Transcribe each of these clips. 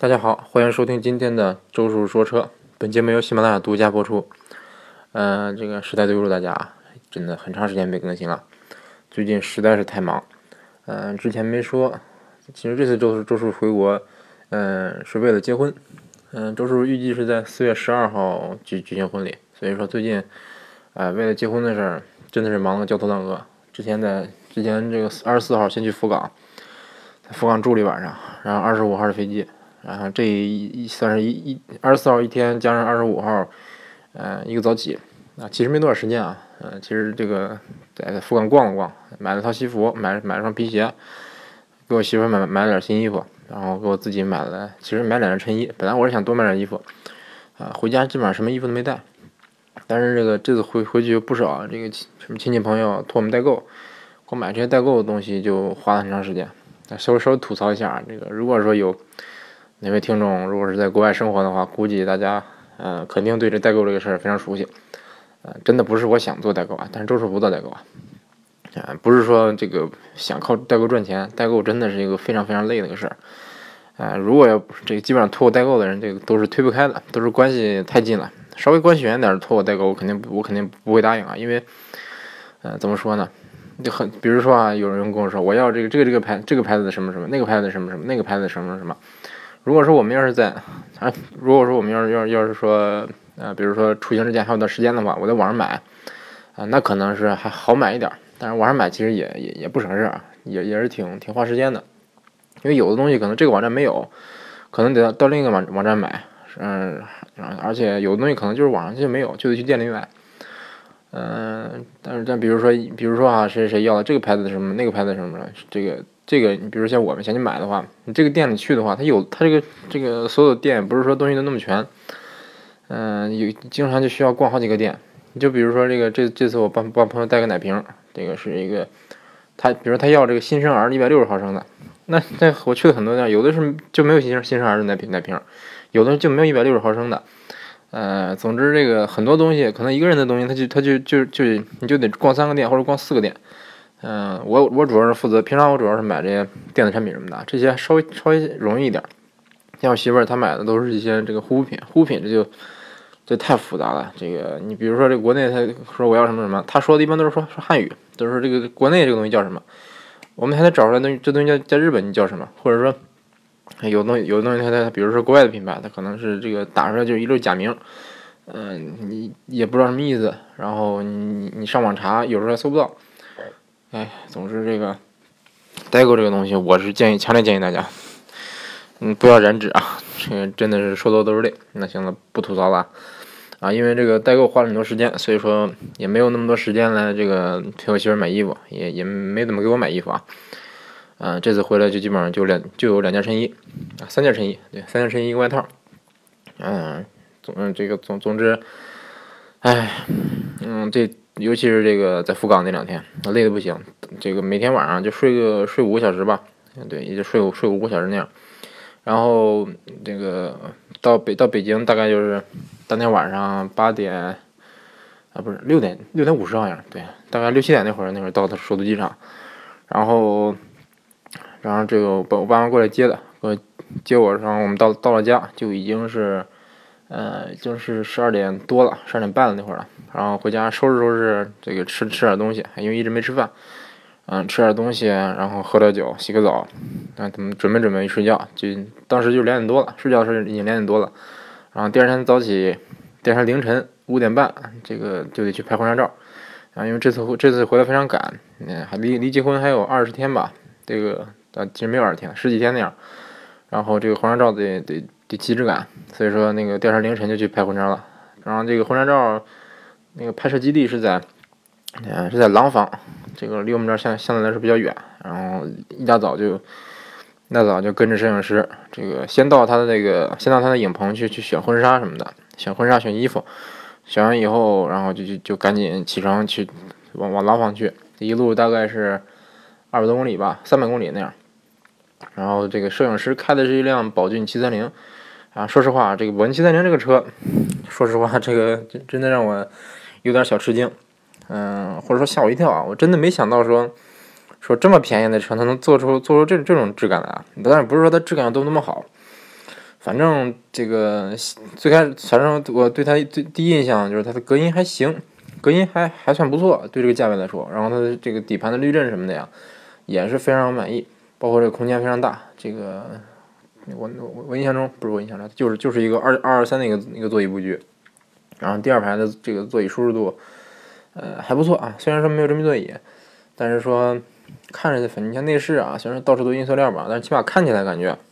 大家好，欢迎收听今天的周叔说车。本节目由喜马拉雅独家播出。这个实在对不住大家，真的很长时间没更新了，最近实在是太忙。之前没说，其实这次周叔回国，是为了结婚。周叔预计是在4月12号举行婚礼，所以说最近，为了结婚的事儿，真的是忙得焦头烂额。之前这个24号先去福冈，在福冈住了一晚上，然后25号的飞机。然后这算是24号一天加上25号，一个早起啊，其实没多少时间啊，其实这个在福冈逛了逛，买了套西服，买了双皮鞋，给我媳妇买了点新衣服，然后给我自己其实买2件衬衣，本来我是想多买点衣服，回家基本上什么衣服都没带，但是这次回去有不少这个什么亲戚朋友托我们代购，给我买这些代购的东西就花了很长时间。稍微吐槽一下，这个如果说有哪位听众如果是在国外生活的话，估计大家肯定对这代购这个事儿非常熟悉。真的不是我想做代购啊，但是周师傅做代购啊。不是说这个想靠代购赚钱，代购真的是一个非常非常累的一个事儿。如果要这个基本上托我代购的人，这个都是推不开的，都是关系太近了。稍微关系远点托我代购，我肯定不会答应啊，因为怎么说呢？比如说啊，有人跟我说我要这个牌子的什么什么，那个牌子的什么什么，那个牌子的什么什么。如果说我们要是说比如说出行之前还有段时间的话，我在网上买那可能是还好买一点，但是网上买其实也不省事啊，也是挺花时间的，因为有的东西可能这个网站没有，可能得到另一个网站买，而且有的东西可能就是网上就没有，就得去店里买。但比如说啊，谁要了这个牌子的什么，那个牌子的什么，这个，你比如像我们想去买的话，你这个店里去的话，它这个所有店不是说东西都那么全，经常就需要逛好几个店。你就比如说这次我帮朋友带个奶瓶，这个是一个比如说他要这个新生儿160毫升的，那我去了很多店，有的是就没有新生儿的奶瓶，有的就没有160毫升的。总之这个很多东西可能一个人的东西，你就得逛3个店或者逛4个店。我主要是负责，平常我主要是买这些电子产品什么的，这些稍微容易一点。像我媳妇儿她买的都是一些这个护肤品，这太复杂了。这个你比如说这国内她说我要什么什么，她说的一般都是说汉语，都是说这个国内这个东西叫什么，我们还得找出来这东西在日本叫什么，或者说有的东西它比如说国外的品牌，它可能是这个打出来就一溜假名，你也不知道什么意思，然后你上网查有时候还搜不到。总之这个代购这个东西，我是强烈建议大家，不要染指啊，这个真的是说多都是泪。那行了，不吐槽了啊，因为这个代购花了很多时间，所以说也没有那么多时间来这个陪我媳妇买衣服，也没怎么给我买衣服啊。这次回来就基本上就有2件衬衣啊，3件衬衣，对，3件衬衣一个外套。总之，尤其是这个在福冈那2天，累得不行。这个每天晚上就睡5个小时吧，对，也就睡5个小时那样。然后这个到北京大概就是当天晚上8点啊，不是6点50好像，对，大概6、7点那会儿到首都机场。然后这个我爸妈过来接接我，然后我们到了家就已经是就是12点多了，12点半了那会儿了。然后回家收拾这个吃点东西，因为一直没吃饭。吃点东西，然后喝点酒，洗个澡，他们准备睡觉，当时就2点多了，睡觉的时候已经2点多了。然后第二天早起，第二天凌晨5点半，这个就得去拍婚纱照。因为这次回来非常赶，还离结婚还有20天吧，这个其实没有20天，10几天那样。然后这个婚纱照得极致感，所以说那个第二天凌晨就去拍婚纱了。然后这个婚纱照那个拍摄基地是在廊坊，这个离我们这儿相对来说比较远。然后一大早就跟着摄影师，这个先到他的影棚去选婚纱什么的，选婚纱选衣服，选完以后，然后就赶紧起床去往廊坊去，一路大概是200多公里吧，300公里那样。然后这个摄影师开的是一辆宝骏730啊，说实话，这个宝骏730这个车，说实话，这个真的让我有点小吃惊，或者说吓我一跳啊！我真的没想到说这么便宜的车，它能做出这种质感来啊！当然不是说它质感有多么好， 反正这个最开始，反正我对它第一印象就是它的隔音还行，隔音还算不错，对这个价位来说。然后它的这个底盘的滤震什么的呀，也是非常满意，包括这个空间非常大。这个我印象中不是我印象中，就是一个223的一个座椅布局。然后第二排的这个座椅舒适度，还不错啊。虽然说没有真皮座椅，但是说看着反正像内饰啊，虽然说到处都硬塑料吧，但是起码看起来感觉。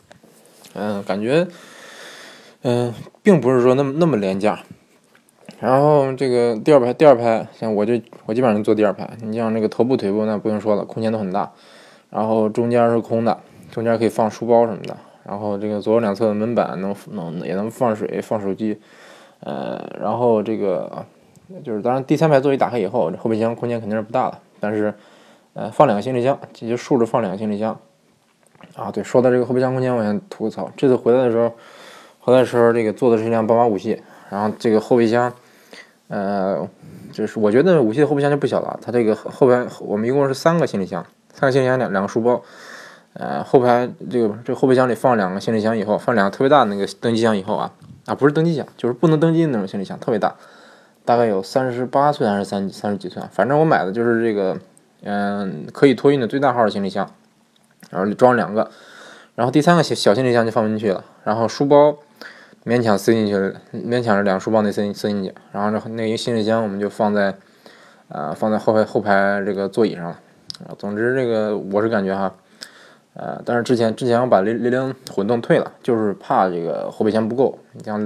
并不是说那么廉价。然后这个第二排，像我基本上坐第二排。你像那个头部腿部那不用说了，空间都很大。然后中间是空的，中间可以放书包什么的。然后这个左右两侧的门板也能放水放手机。然后这个就是当然第三排座椅打开以后，后备箱空间肯定是不大了，但是放2个行李箱，就竖着放2个行李箱。啊，对，说到这个后备箱空间，我想吐个槽。这次回来的时候，这个坐的是一辆宝马5系，然后这个后备箱，就是我觉得5系的后备箱就不小了。它这个后排我们一共是3个行李箱，3个行李箱两个书包，后排这个后备箱里放2个行李箱以后，放2个特别大的那个登机箱以后啊，不是登机箱，就是不能登机的那种行李箱，特别大，大概有38寸还是30几寸，反正我买的就是这个，可以托运的最大号的行李箱。然后装2个，然后第3个小行李箱就放不进去了，然后书包勉强塞进去了，勉强是2个书包内塞进去，然后那一个行李箱我们就放在后排这个座椅上了。总之这个我是感觉哈，但是之前我把00混动退了，就是怕这个后备箱不够。你像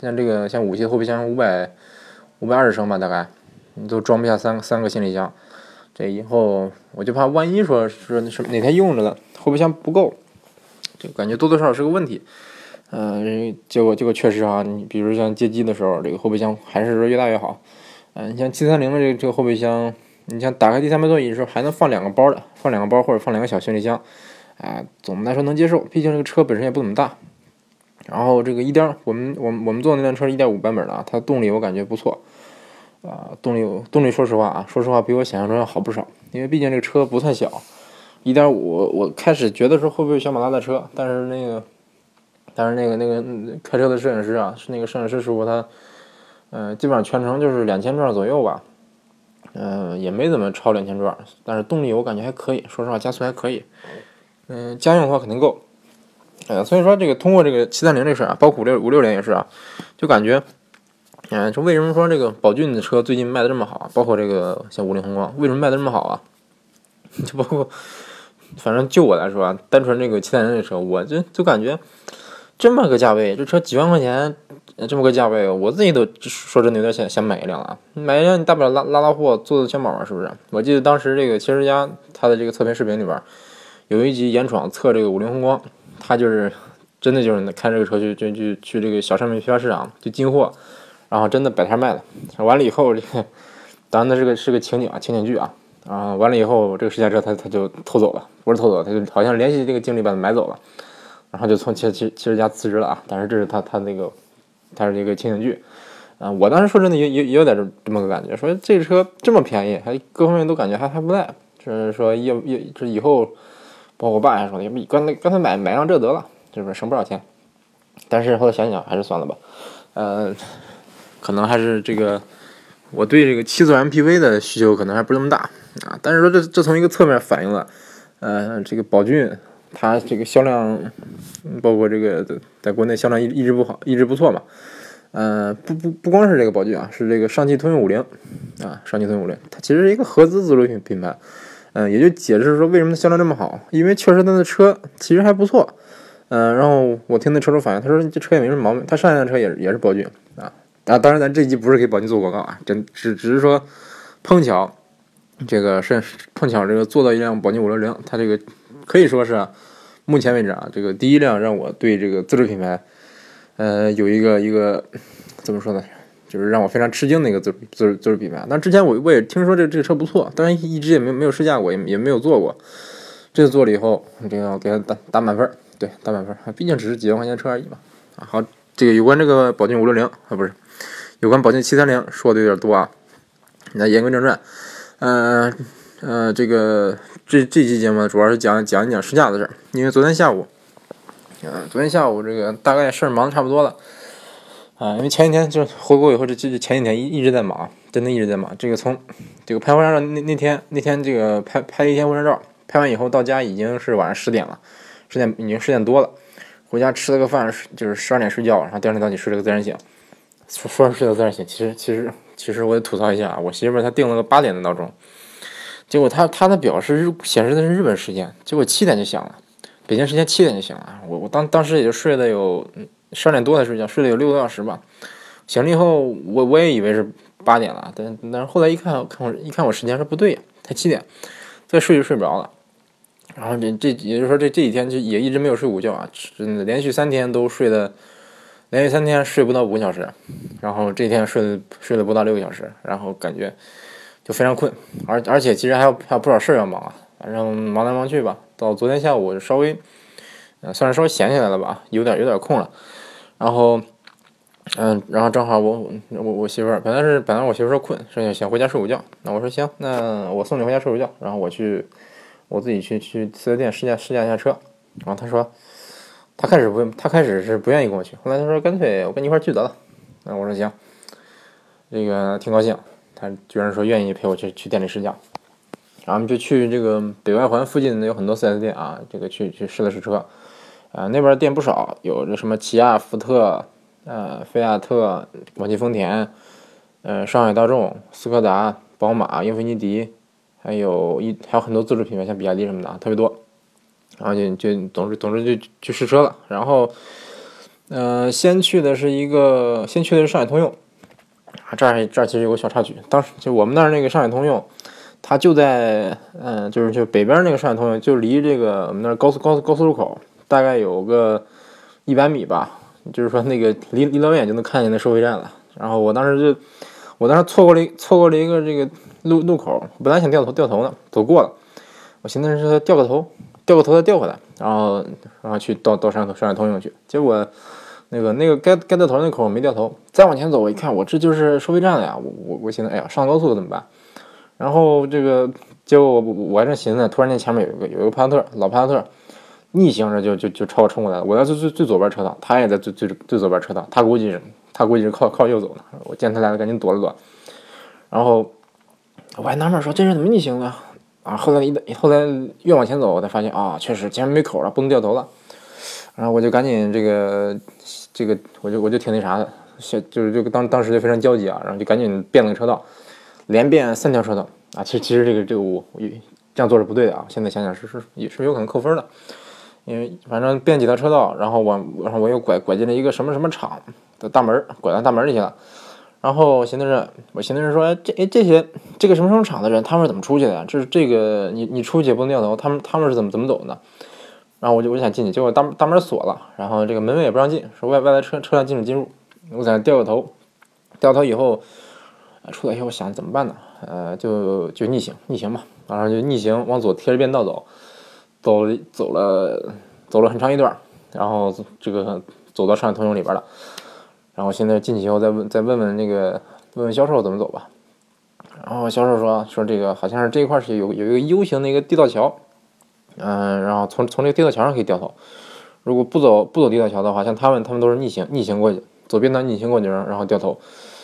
5系的后备箱520升吧，大概你都装不下三个行李箱。这以后我就怕万一说哪天用着了后备箱不够，就感觉多多少少是个问题。结果确实啊，你比如像接机的时候，这个后备箱还是说越大越好。你像730的这个后备箱，你像打开第3排座椅的时候还能放2个包的，放2个包或者放2个小行李箱，总的来说能接受，毕竟这个车本身也不怎么大。然后这个我们坐的那辆车是1.5版本的啊，它动力我感觉不错。动力说实话比我想象中要好不少，因为毕竟这个车不算小，1.5我开始觉得说会不会小马拉大车，但是那个开车的摄影师啊，是那个摄影师师傅他，基本上全程就是2000转左右吧，也没怎么超2000转，但是动力我感觉还可以，说实话加速还可以，家用的话肯定够，所以说这个通过这个730这事啊，包括560也是啊，就感觉。这为什么说这个宝骏的车最近卖的这么好？包括这个像50宏光，为什么卖的这么好啊？就包括，反正就我来说啊，单纯这个730这车，我就感觉这么个价位，这车几万块钱，这么个价位，我自己都说真的有点想买一辆了。买一辆你大不了拉货，做做小毛嘛，是不是？我记得当时这个汽车之家他的这个测评视频里边，有一集严闯测这个50宏光，他就是真的就是开这个车去这个小商品批发市场去进货。然后真的摆摊卖了，完了以后，这个当然那是个情景剧啊，完了以后，这个试驾车他就偷走了，不是偷走，他就好像联系这个经理把他买走了，然后就从汽车家辞职了啊。但是这是他是一个情景剧，我当时说真的也有点这么个感觉，说这个车这么便宜，还各方面都感觉还不赖，就是说这以后，包括我爸还说，刚才买辆这得了，就是省不少钱。但是后来想想还是算了吧，可能还是这个我对这个7座 MPV 的需求可能还不是那么大啊。但是说这从一个侧面反映了，这个宝骏它这个销量，包括这个在国内销量一直不错嘛。不光是这个宝骏啊，是这个上汽通用50啊，上汽通用50，它其实是一个合资自主品牌。也就解释说为什么它销量这么好，因为确实它的车其实还不错。然后我听那车主反映，他说这车也没什么毛病，他上一辆车也是宝骏啊。当然咱这一集不是给宝骏做广告啊，只是说碰巧这个做到一辆宝骏560，它这个可以说是目前为止啊，这个第一辆让我对这个自主品牌有一个怎么说呢，就是让我非常吃惊的一个自主品牌。但之前我也听说这个车不错，当然一直也没有试驾过，也没有做过。这次做了以后，这个给它打满分，对，打满分，毕竟只是几万块钱车而已嘛。好，这个有关这个宝骏560不是。有关宝骏730说的有点多啊，那言归正传，这期节目主要是讲一讲试驾的事儿。因为昨天下午， 昨天下午这个大概事儿忙得差不多了因为前几天就回国以后，这前几天一直在忙，真的一直在忙。这个从这个拍婚纱照那天这个拍一天婚纱照，拍完以后到家已经是晚上10点了，10点已经10点多了。回家吃了个饭，就是12点睡觉，然后第二天早起睡了个自然醒。说是睡了自然醒，其实我得吐槽一下啊，我媳妇她定了个8点的闹钟，结果她的表显示的是日本时间，结果7点就响了，北京时间7点就响了。我当时也就睡了有12点多才睡觉，睡了有6个多小时吧。醒了以后，我也以为是8点了，但是后来一看我时间，说不对呀，才7点，再睡就睡不着了。然后也就是说这几天就也一直没有睡午觉啊，连续3天都睡不到5个小时，然后这天睡了不到6个小时，然后感觉就非常困，而且其实还有不少事儿要忙啊，反正忙来忙去吧，到昨天下午稍微算是稍微闲下来了吧，有点空了，然后正好我媳妇儿本来我媳妇儿说困，说想回家睡午觉，那我说行，那我送你回家睡午觉，然后我自己去四 S 店试驾一下车，然后她说她开始是不愿意跟我去，后来她说干脆我跟你一块去得了，那我说行，这个挺高兴，她居然说愿意陪我去店里试驾，然后我们就去这个北外环附近有很多 4S 店啊，这个去试了试车，那边店不少，有这什么起亚、福特。菲亚特、广汽丰田，上海大众、斯柯达、宝马、英菲尼迪，还有很多自主品牌，像比亚迪什么的，特别多。然后就总之就去试车了。然后，先去的是上海通用，这儿其实有个小插曲，当时就我们那儿那个上海通用，它就在就北边那个上海通用，就离这个我们那儿高速路口大概有个100米吧。就是说那个离老远就能看见那收费站了，然后我当时错过了一个这个路口，本来想掉头呢，走过了，我寻思是掉个头再掉回来，然后去到上海通用去，结果那个该掉头那口我没掉头，再往前走我一看，我这就是收费站了呀，我寻思哎呀上高速了怎么办？然后这个结果我还正寻思，突然间前面有一个帕萨特，老帕萨特。逆行着就朝我冲过来了，我在最左边车道，他也在最左边车道，他估计是靠右走的，我见他来了赶紧躲了躲，然后我还纳闷说这人怎么逆行了啊？后来越往前走，我才发现啊，确实前面没口了，不能掉头了，然后我就赶紧这个我就挺那啥的，就当时就非常焦急啊，然后就赶紧变了个车道，连变3条车道啊，其实这个我这样做是不对的啊，现在想想也是有可能扣分的。因为反正变几条车道，然后我又拐进了一个什么厂的大门，拐到大门里去了。然后我寻思着说，这个什么厂的人，他们是怎么出去的呀？这个你出去也不能掉头，他们是怎么走的？然后我就想进去，结果大门锁了，然后这个门卫也不让进，说外来车辆禁止进入。我在那掉个头以后，出来以后我想怎么办呢？就逆行吧，然后就逆行往左贴着变道走。走了很长一段，然后这个走到上海通用里边了，然后现在进去以后再问销售怎么走吧，然后销售说这个好像是这一块是有一个 U 型的一个地道桥，然后从这个地道桥上可以掉头，如果不走地道桥的话，像他们都是逆行过去，走变道逆行过去，然后掉头，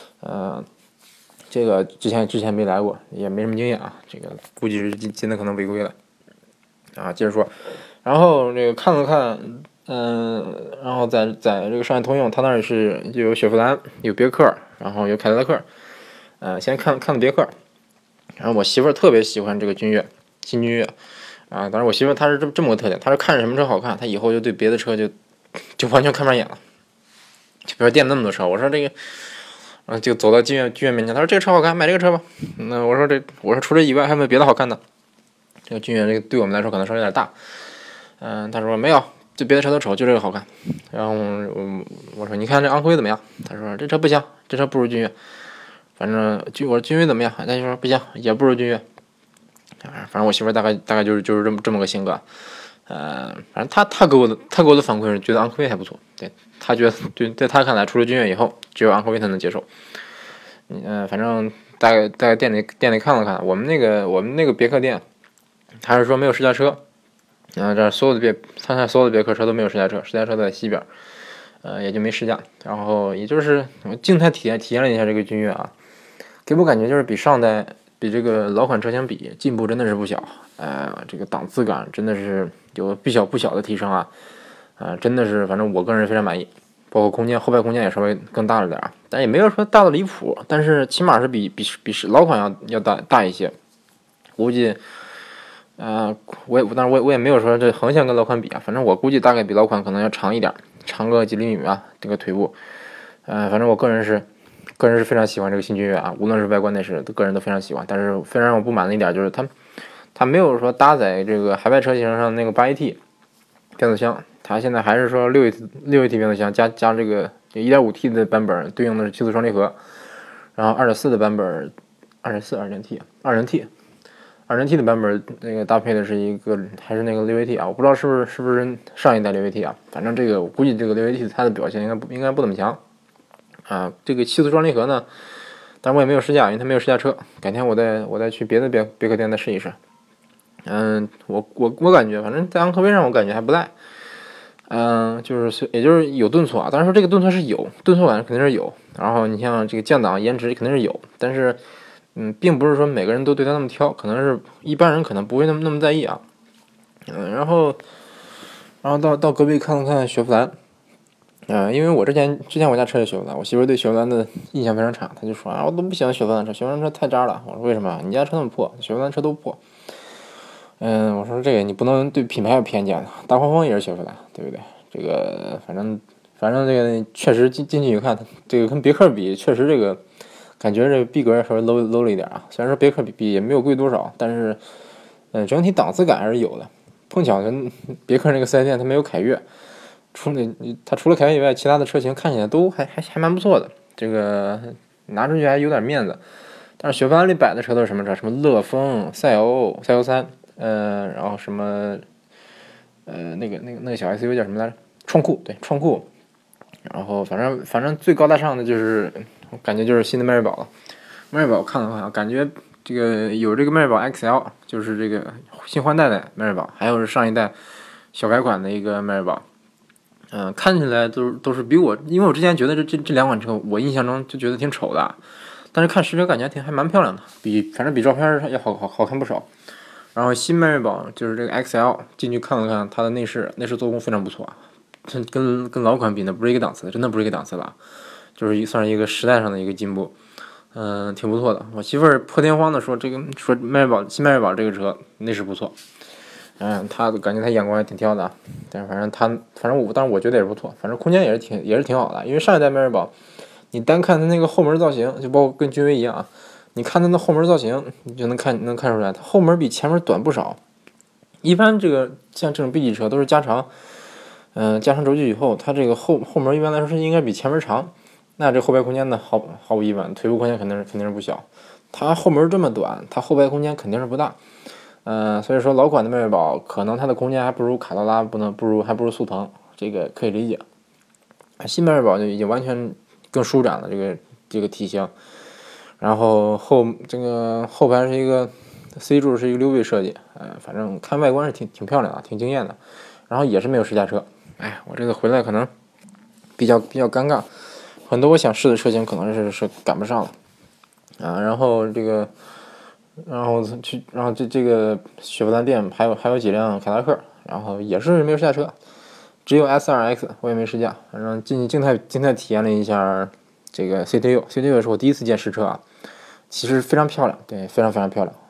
这个之前没来过，也没什么经验啊，这个估计是今天可能违规了。接着说，然后这个看了看，然后在这个上海通用，它那儿就有雪佛兰，有别克，然后有凯迪拉克，先看了别克，然后我媳妇儿特别喜欢这个新君越，当然我媳妇儿她是这么个特点，她是看着什么车好看，她以后就对别的车就完全看不上眼了，就比如说店那么多车，我说这个，就走到君越面前，他说这个车好看，买这个车吧，那我说除这以外还有没有别的好看的？这个君越这个对我们来说可能稍微有点大，他说没有，就别的车都丑，就这个好看。然后我说你看这昂科威怎么样？他说这车不行，这车不如君越。反正我说君越怎么样？他就说不行，也不如君越。反正我媳妇大概就是这么个性格。反正他给我的反馈是觉得昂科威还不错，对他觉得在他看来，除了君越以后，只有昂科威才能接受。反正大概店里看了看，我们那个别克店。他是说没有试驾车， 这所有的参赛所有的别克车都没有试驾车，试驾车在西边，也就没试驾。然后也就是我静态体验了一下这个君越啊，给我感觉就是比这个老款车型比进步真的是不小，这个档次感真的是有不小的提升啊，真的是反正我个人非常满意，包括后排空间也稍微更大了点，但也没有说大的离谱，但是起码是比老款要大一些，估计。但是我也没有说这横向跟老款比啊，反正我估计大概比老款可能要长一点，长个几厘米吧，这个腿部。反正我个人是非常喜欢这个新君越啊，无论是外观内饰，个人都非常喜欢。但是非常让我不满的一点就是它没有说搭载这个海外车型上那个8AT 变速箱，它现在还是说6AT 变速箱加这个 1.5T 的版本对应的是7速双离合，然后2.4的版本2.0T 的版本，那个搭配的是还是那个6AT 啊，我不知道是不是上一代6AT 啊，反正这个我估计这个6AT 它的表现应该不怎么强啊。这个7速双离合呢，但是我也没有试驾，因为它没有试驾车，改天我再去别的别克店再试一试。我感觉反正在昂科威上我感觉还不赖，也就是有顿挫啊，当然说这个顿挫是有，顿挫感肯定是有，然后你像这个降档颜值肯定是有，但是并不是说每个人都对它那么挑，可能是一般人可能不会那么在意啊。然后到隔壁看了看雪佛兰，因为我之前我家车是雪佛兰，我媳妇对雪佛兰的印象非常差，她就说我都不喜欢雪佛兰车，雪佛兰车太渣了。我说为什么？你家车那么破，雪佛兰车都破。我说这个你不能对品牌有偏见的，大黄蜂也是雪佛兰，对不对？这个反正这个确实进去一看，这个跟别克比，确实这个感觉这个逼格稍微 low 了一点啊。虽然说别克比也没有贵多少，但是整体档次感还是有的。碰巧跟别克那个4S店它没有凯越，它除了凯越以外，其他的车型看起来都还蛮不错的，这个拿出去还有点面子。但是雪佛兰里摆的车都是什么车？什么乐风、赛欧3，然后什么那个小 SUV 叫什么来着？创酷，对，创酷。然后反正最高大上的就是我感觉就是新的迈锐宝了。迈锐宝看了看，感觉这个有这个迈锐宝 XL， 就是这个新换代的迈锐宝，还有是上一代小改款的一个迈锐宝。看起来都是比我，因为我之前觉得这两款车我印象中就觉得挺丑的，但是看实车感觉还蛮漂亮的，反正比照片要好看不少。然后新迈锐宝就是这个 XL， 进去看了看它的内饰做工非常不错，跟老款比呢不是一个档次，真的不是一个档次了，就是算是一个时代上的一个进步，挺不错的。我媳妇儿破天荒的说新迈锐宝这个车内饰不错，他感觉他眼光也挺挑的，但是反正我觉得也是不错，反正空间也是挺好的，因为上一代迈锐宝，你单看它那个后门造型，就包括跟君威一样啊。你看它的后门造型，你就能看出来，它后门比前门短不少。一般像这种 B 级车都是加长轴距以后，它这个后门一般来说是应该比前门长。那这后排空间呢，毫无疑问，腿部空间肯定是不小。它后门这么短，它后排空间肯定是不大。所以说老款的迈锐宝可能它的空间还不如卡罗拉，还不如速腾，这个可以理解。新迈锐宝就已经完全更舒展了这个体型。然后后排是一个 C 柱，是一个溜背设计，反正看外观是挺漂亮的，挺惊艳的。然后也是没有试驾车，我这个回来可能比较尴尬，很多我想试的车型可能是赶不上了然后这个雪佛兰店还有几辆凯迪拉克，然后也是没有试驾车，只有 S2X 我也没试驾，反正静态体验了一下这个 CTU 是我第一次见实车啊。其实非常漂亮，对，非常漂亮。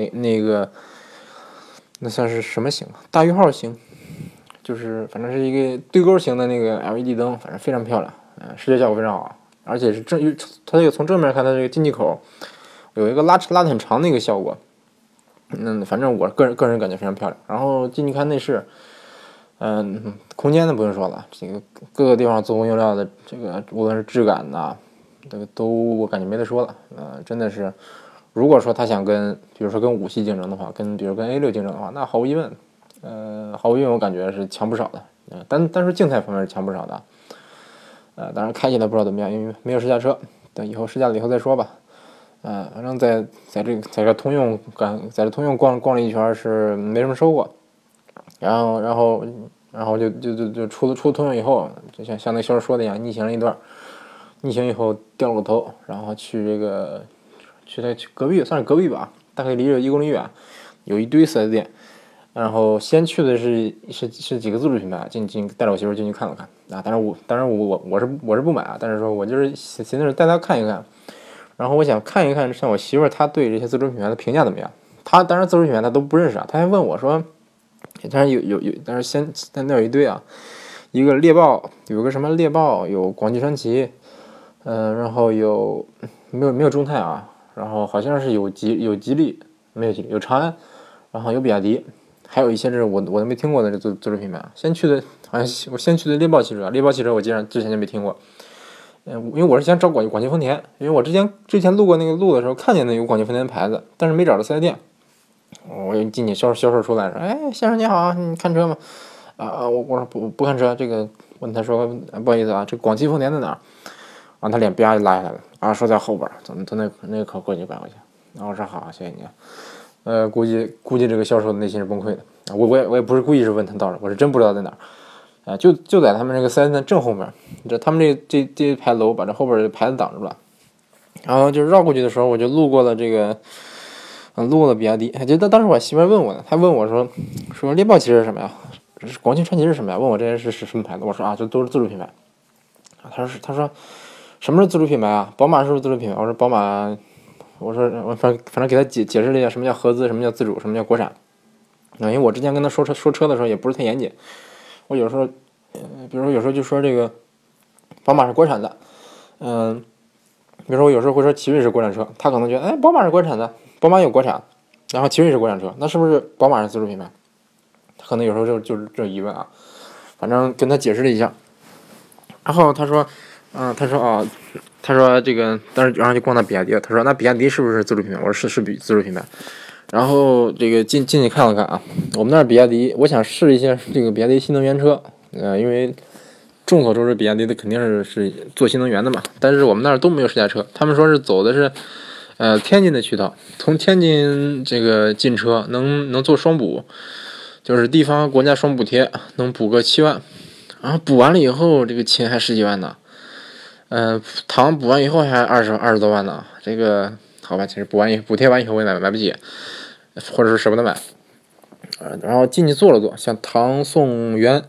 那算是什么型？大玉号型，就是反正是一个对勾型的那个 LED 灯，反正非常漂亮，视觉效果非常好，而且是它这个从正面看，它这个进气口有一个拉得很长的一个效果。反正我个人感觉非常漂亮。然后进去看内饰，空间的不用说了，这个各个地方做工用料的这个无论是质感呐。这个都我感觉没得说了，真的是，如果说他想比如说跟5系竞争的话，比如跟 A6 竞争的话，那毫无疑问，我感觉是强不少的，但是静态方面是强不少的，当然开起来不知道怎么样，因为没有试驾车，等以后试驾了以后再说吧，反正在这通用逛了一圈是没什么收获， 然后就出了通用以后，就像那销售说的一样，逆行了一段，逆行以后掉了个头，然后去隔壁，算是隔壁吧，大概离着1公里远，有一堆4S店。然后先去的是几个自主品牌，带着我媳妇进去看了看啊。当然我是不买啊，但是说我就是寻思带她看一看。然后我想看一看，像我媳妇她对这些自主品牌的评价怎么样。她当然自主品牌她都不认识啊，她还问我说，当然但是先那有一堆啊，一个猎豹，有个什么猎豹，有广汽传祺，然后没有众泰啊，然后好像是有吉利，没有吉利，有长安，然后有比亚迪。还有一些是我都没听过的这自主品牌。我先去的猎豹汽车，猎豹汽车我之前就没听过。因为我是想找广汽丰田，因为我之前路过那个路的时候看见那有广汽丰田的牌子，但是没找到4S店。我一进去，销售出来说：“哎，先生你好，你看车吗？”我说不看车，这个问他说不好意思啊，这广汽丰田在哪儿？然后他脸啪就拉下来了，说在后边，走那个口过去拐过去。然后我说好，谢谢你。估计这个销售的内心是崩溃的。我也不是故意是问他到了，我是真不知道在哪儿。就在他们这个4S店正后面，他们这一排楼把这后边的牌子挡住了。然后就绕过去的时候，我就路过了比亚迪。就当时我媳妇问我呢，她问我说猎豹汽车是什么呀？广汽传祺是什么呀？问我这些是什么牌子？我说啊，这都是自主品牌。她说什么是自主品牌啊？宝马是不是自主品牌？我说宝马。我反正给他解释了一下什么叫合资，什么叫自主，什么叫国产。因为我之前跟他说车的时候也不是太严谨，我有时候，比如说有时候就说这个宝马是国产的，比如说我有时候会说奇瑞是国产车，他可能觉得宝马是国产的，宝马有国产，然后奇瑞是国产车，那是不是宝马是自主品牌？他可能有时候就是这疑问啊。反正跟他解释了一下，然后他说这个，当时然后就逛到比亚迪了。他说那比亚迪是不是自主品牌？我说是自主品牌。然后这个进去看了看啊，我们那儿比亚迪，我想试一下这个比亚迪新能源车，因为众所周知比亚迪的肯定是做新能源的嘛，但是我们那儿都没有试驾车。他们说是走的是天津的渠道，从天津这个进车能做双补，就是地方国家双补贴，能补个7万，然后补完了以后这个钱还10几万呢。糖补完以后还20多万呢，这个好吧，其实补贴完以后我也买不起，或者是舍不得买。然后进去坐了坐，像唐宋元，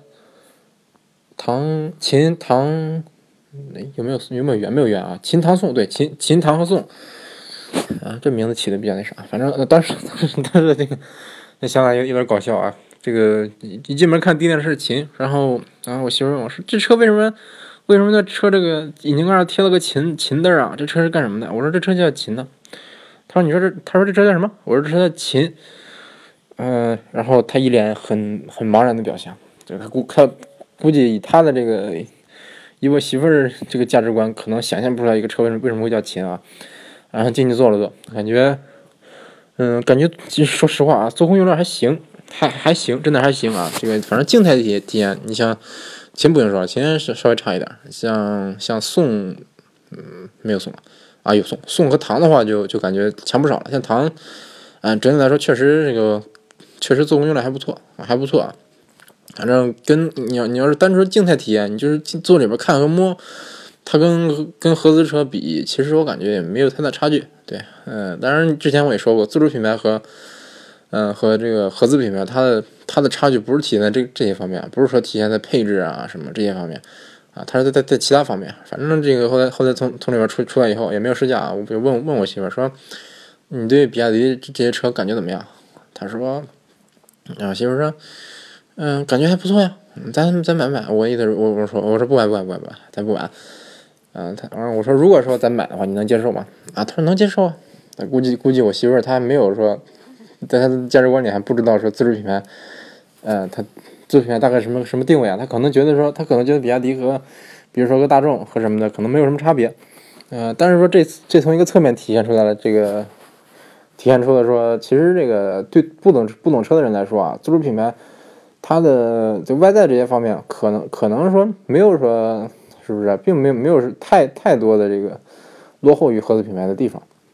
秦唐有没有元？没有元啊，秦唐宋，对，秦唐和宋啊，这名字起的比较那啥，反正当时这个那想法有点搞笑啊。这个一进门看第一件事秦，然后我媳妇问我说这车为什么这车这个引擎盖上贴了个秦字啊？这车是干什么的？我说这车叫秦呢。他说这车叫什么？我说这车叫秦。然后他一脸很茫然的表情，就是他估计以他的这个以我媳妇儿这个价值观，可能想象不出来一个车为什么会叫秦啊。然后进去坐了坐，感觉其实说实话啊，做工有点还行，还行，真的还行啊。这个反正静态体验，你像秦不用说，秦是稍微差一点，像宋，没有宋啊，有宋和唐的话就感觉强不少了。像唐，整体来说确实做工用的还不错啊。反正你要是单纯静态体验，你就是坐里边看和摸，它跟合资车比，其实我感觉也没有太大差距。对，当然之前我也说过，自主品牌和这个合资品牌，它的差距不是体现在这些方面，不是说体现在配置啊什么这些方面啊，它是在其他方面。反正这个后来从里边出来以后也没有试驾啊，我就问我媳妇说，你对比亚迪这些车感觉怎么样？她说，媳妇说，感觉还不错呀，咱买不买？我意思是我说不买，咱不买。我说如果说咱买的话，你能接受吗？他说能接受啊。估计我媳妇她没有说，在她的价值观里还不知道说自主品牌，她自主品牌大概什么定位啊？她可能觉得比亚迪和比如说个大众和什么的可能没有什么差别，但是说这从一个侧面体现出了说，其实这个对不懂车的人来说啊，自主品牌它的就外在这些方面可能说没有说。是不是并没有太多的这个落后于合资品牌的地方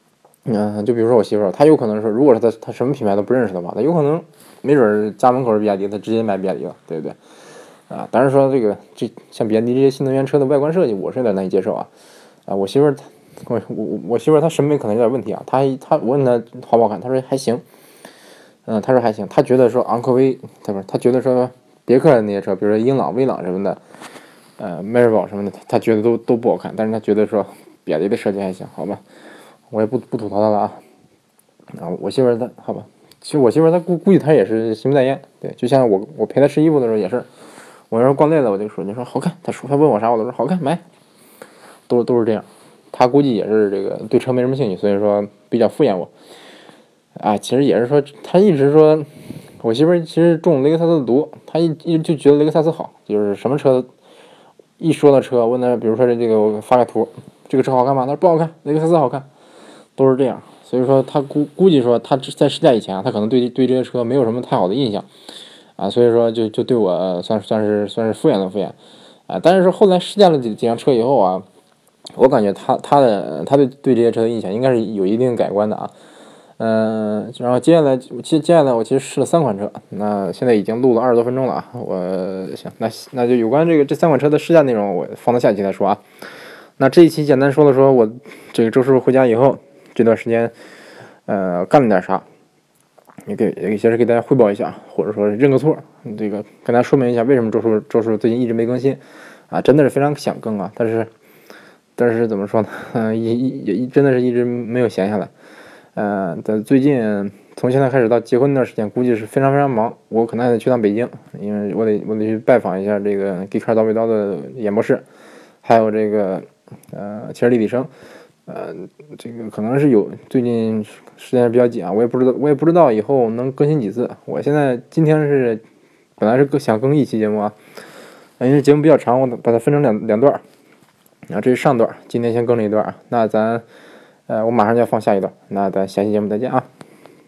就比如说我媳妇儿，她有可能说，如果是她什么品牌都不认识的话，她有可能没准家门口是比亚迪，她直接买比亚迪了，对不对？当然说这像比亚迪这些新能源车的外观设计，我是有点难以接受啊。我媳妇儿我媳妇儿她审美可能有点问题啊。我问她好不好看，她说还行。她说还行。她觉得说昂科威，她觉得说别克那些车，比如说英朗、威朗什么的，迈锐宝什么的，她觉得都不好看。但是她觉得说比亚迪的设计还行，好吧。我也不吐槽她了啊。我媳妇儿她好吧，其实我媳妇儿她估计她也是心不在焉，对，就像我陪她试衣服的时候也是，我要是逛累了我就说，你说好看，她问我啥我都说好看买，都是这样。她估计也是这个对车没什么兴趣，所以说比较敷衍我。其实也是说她一直说，我媳妇儿其实中雷克萨斯的毒，她一直就觉得雷克萨斯好，就是什么车一说到车，问她比如说这个我发个图，这个车好看吗？她说不好看，雷克萨斯好看，都是这样。所以说他估计说他在试驾以前他可能对这些车没有什么太好的印象所以说就对我算是敷衍了敷衍但是说后来试驾了几辆车以后我感觉他对这些车的印象应该是有一定改观的然后接下来我其实试了3款车，那现在已经录了20多分钟了我行，那就有关这3款车的试驾内容我放到下期再说那这一期简单说了说我这个周师傅回家以后这段时间，干了点啥，也先是给大家汇报一下，或者说认个错，这个跟大家说明一下为什么周叔最近一直没更新，真的是非常想更但是怎么说呢，也真的是一直没有闲下来，但最近从现在开始到结婚那段时间，估计是非常非常忙，我可能还得去趟北京，因为我得去拜访一下这个 Geekcar 刀背刀的演播室，还有这个切尔立体声。这个可能是最近时间比较紧我也不知道以后能更新几次。我今天本来是想更一期节目因为节目比较长，我把它分成两段这是上段，今天先更了一段那我马上就要放下一段，那咱下期节目再见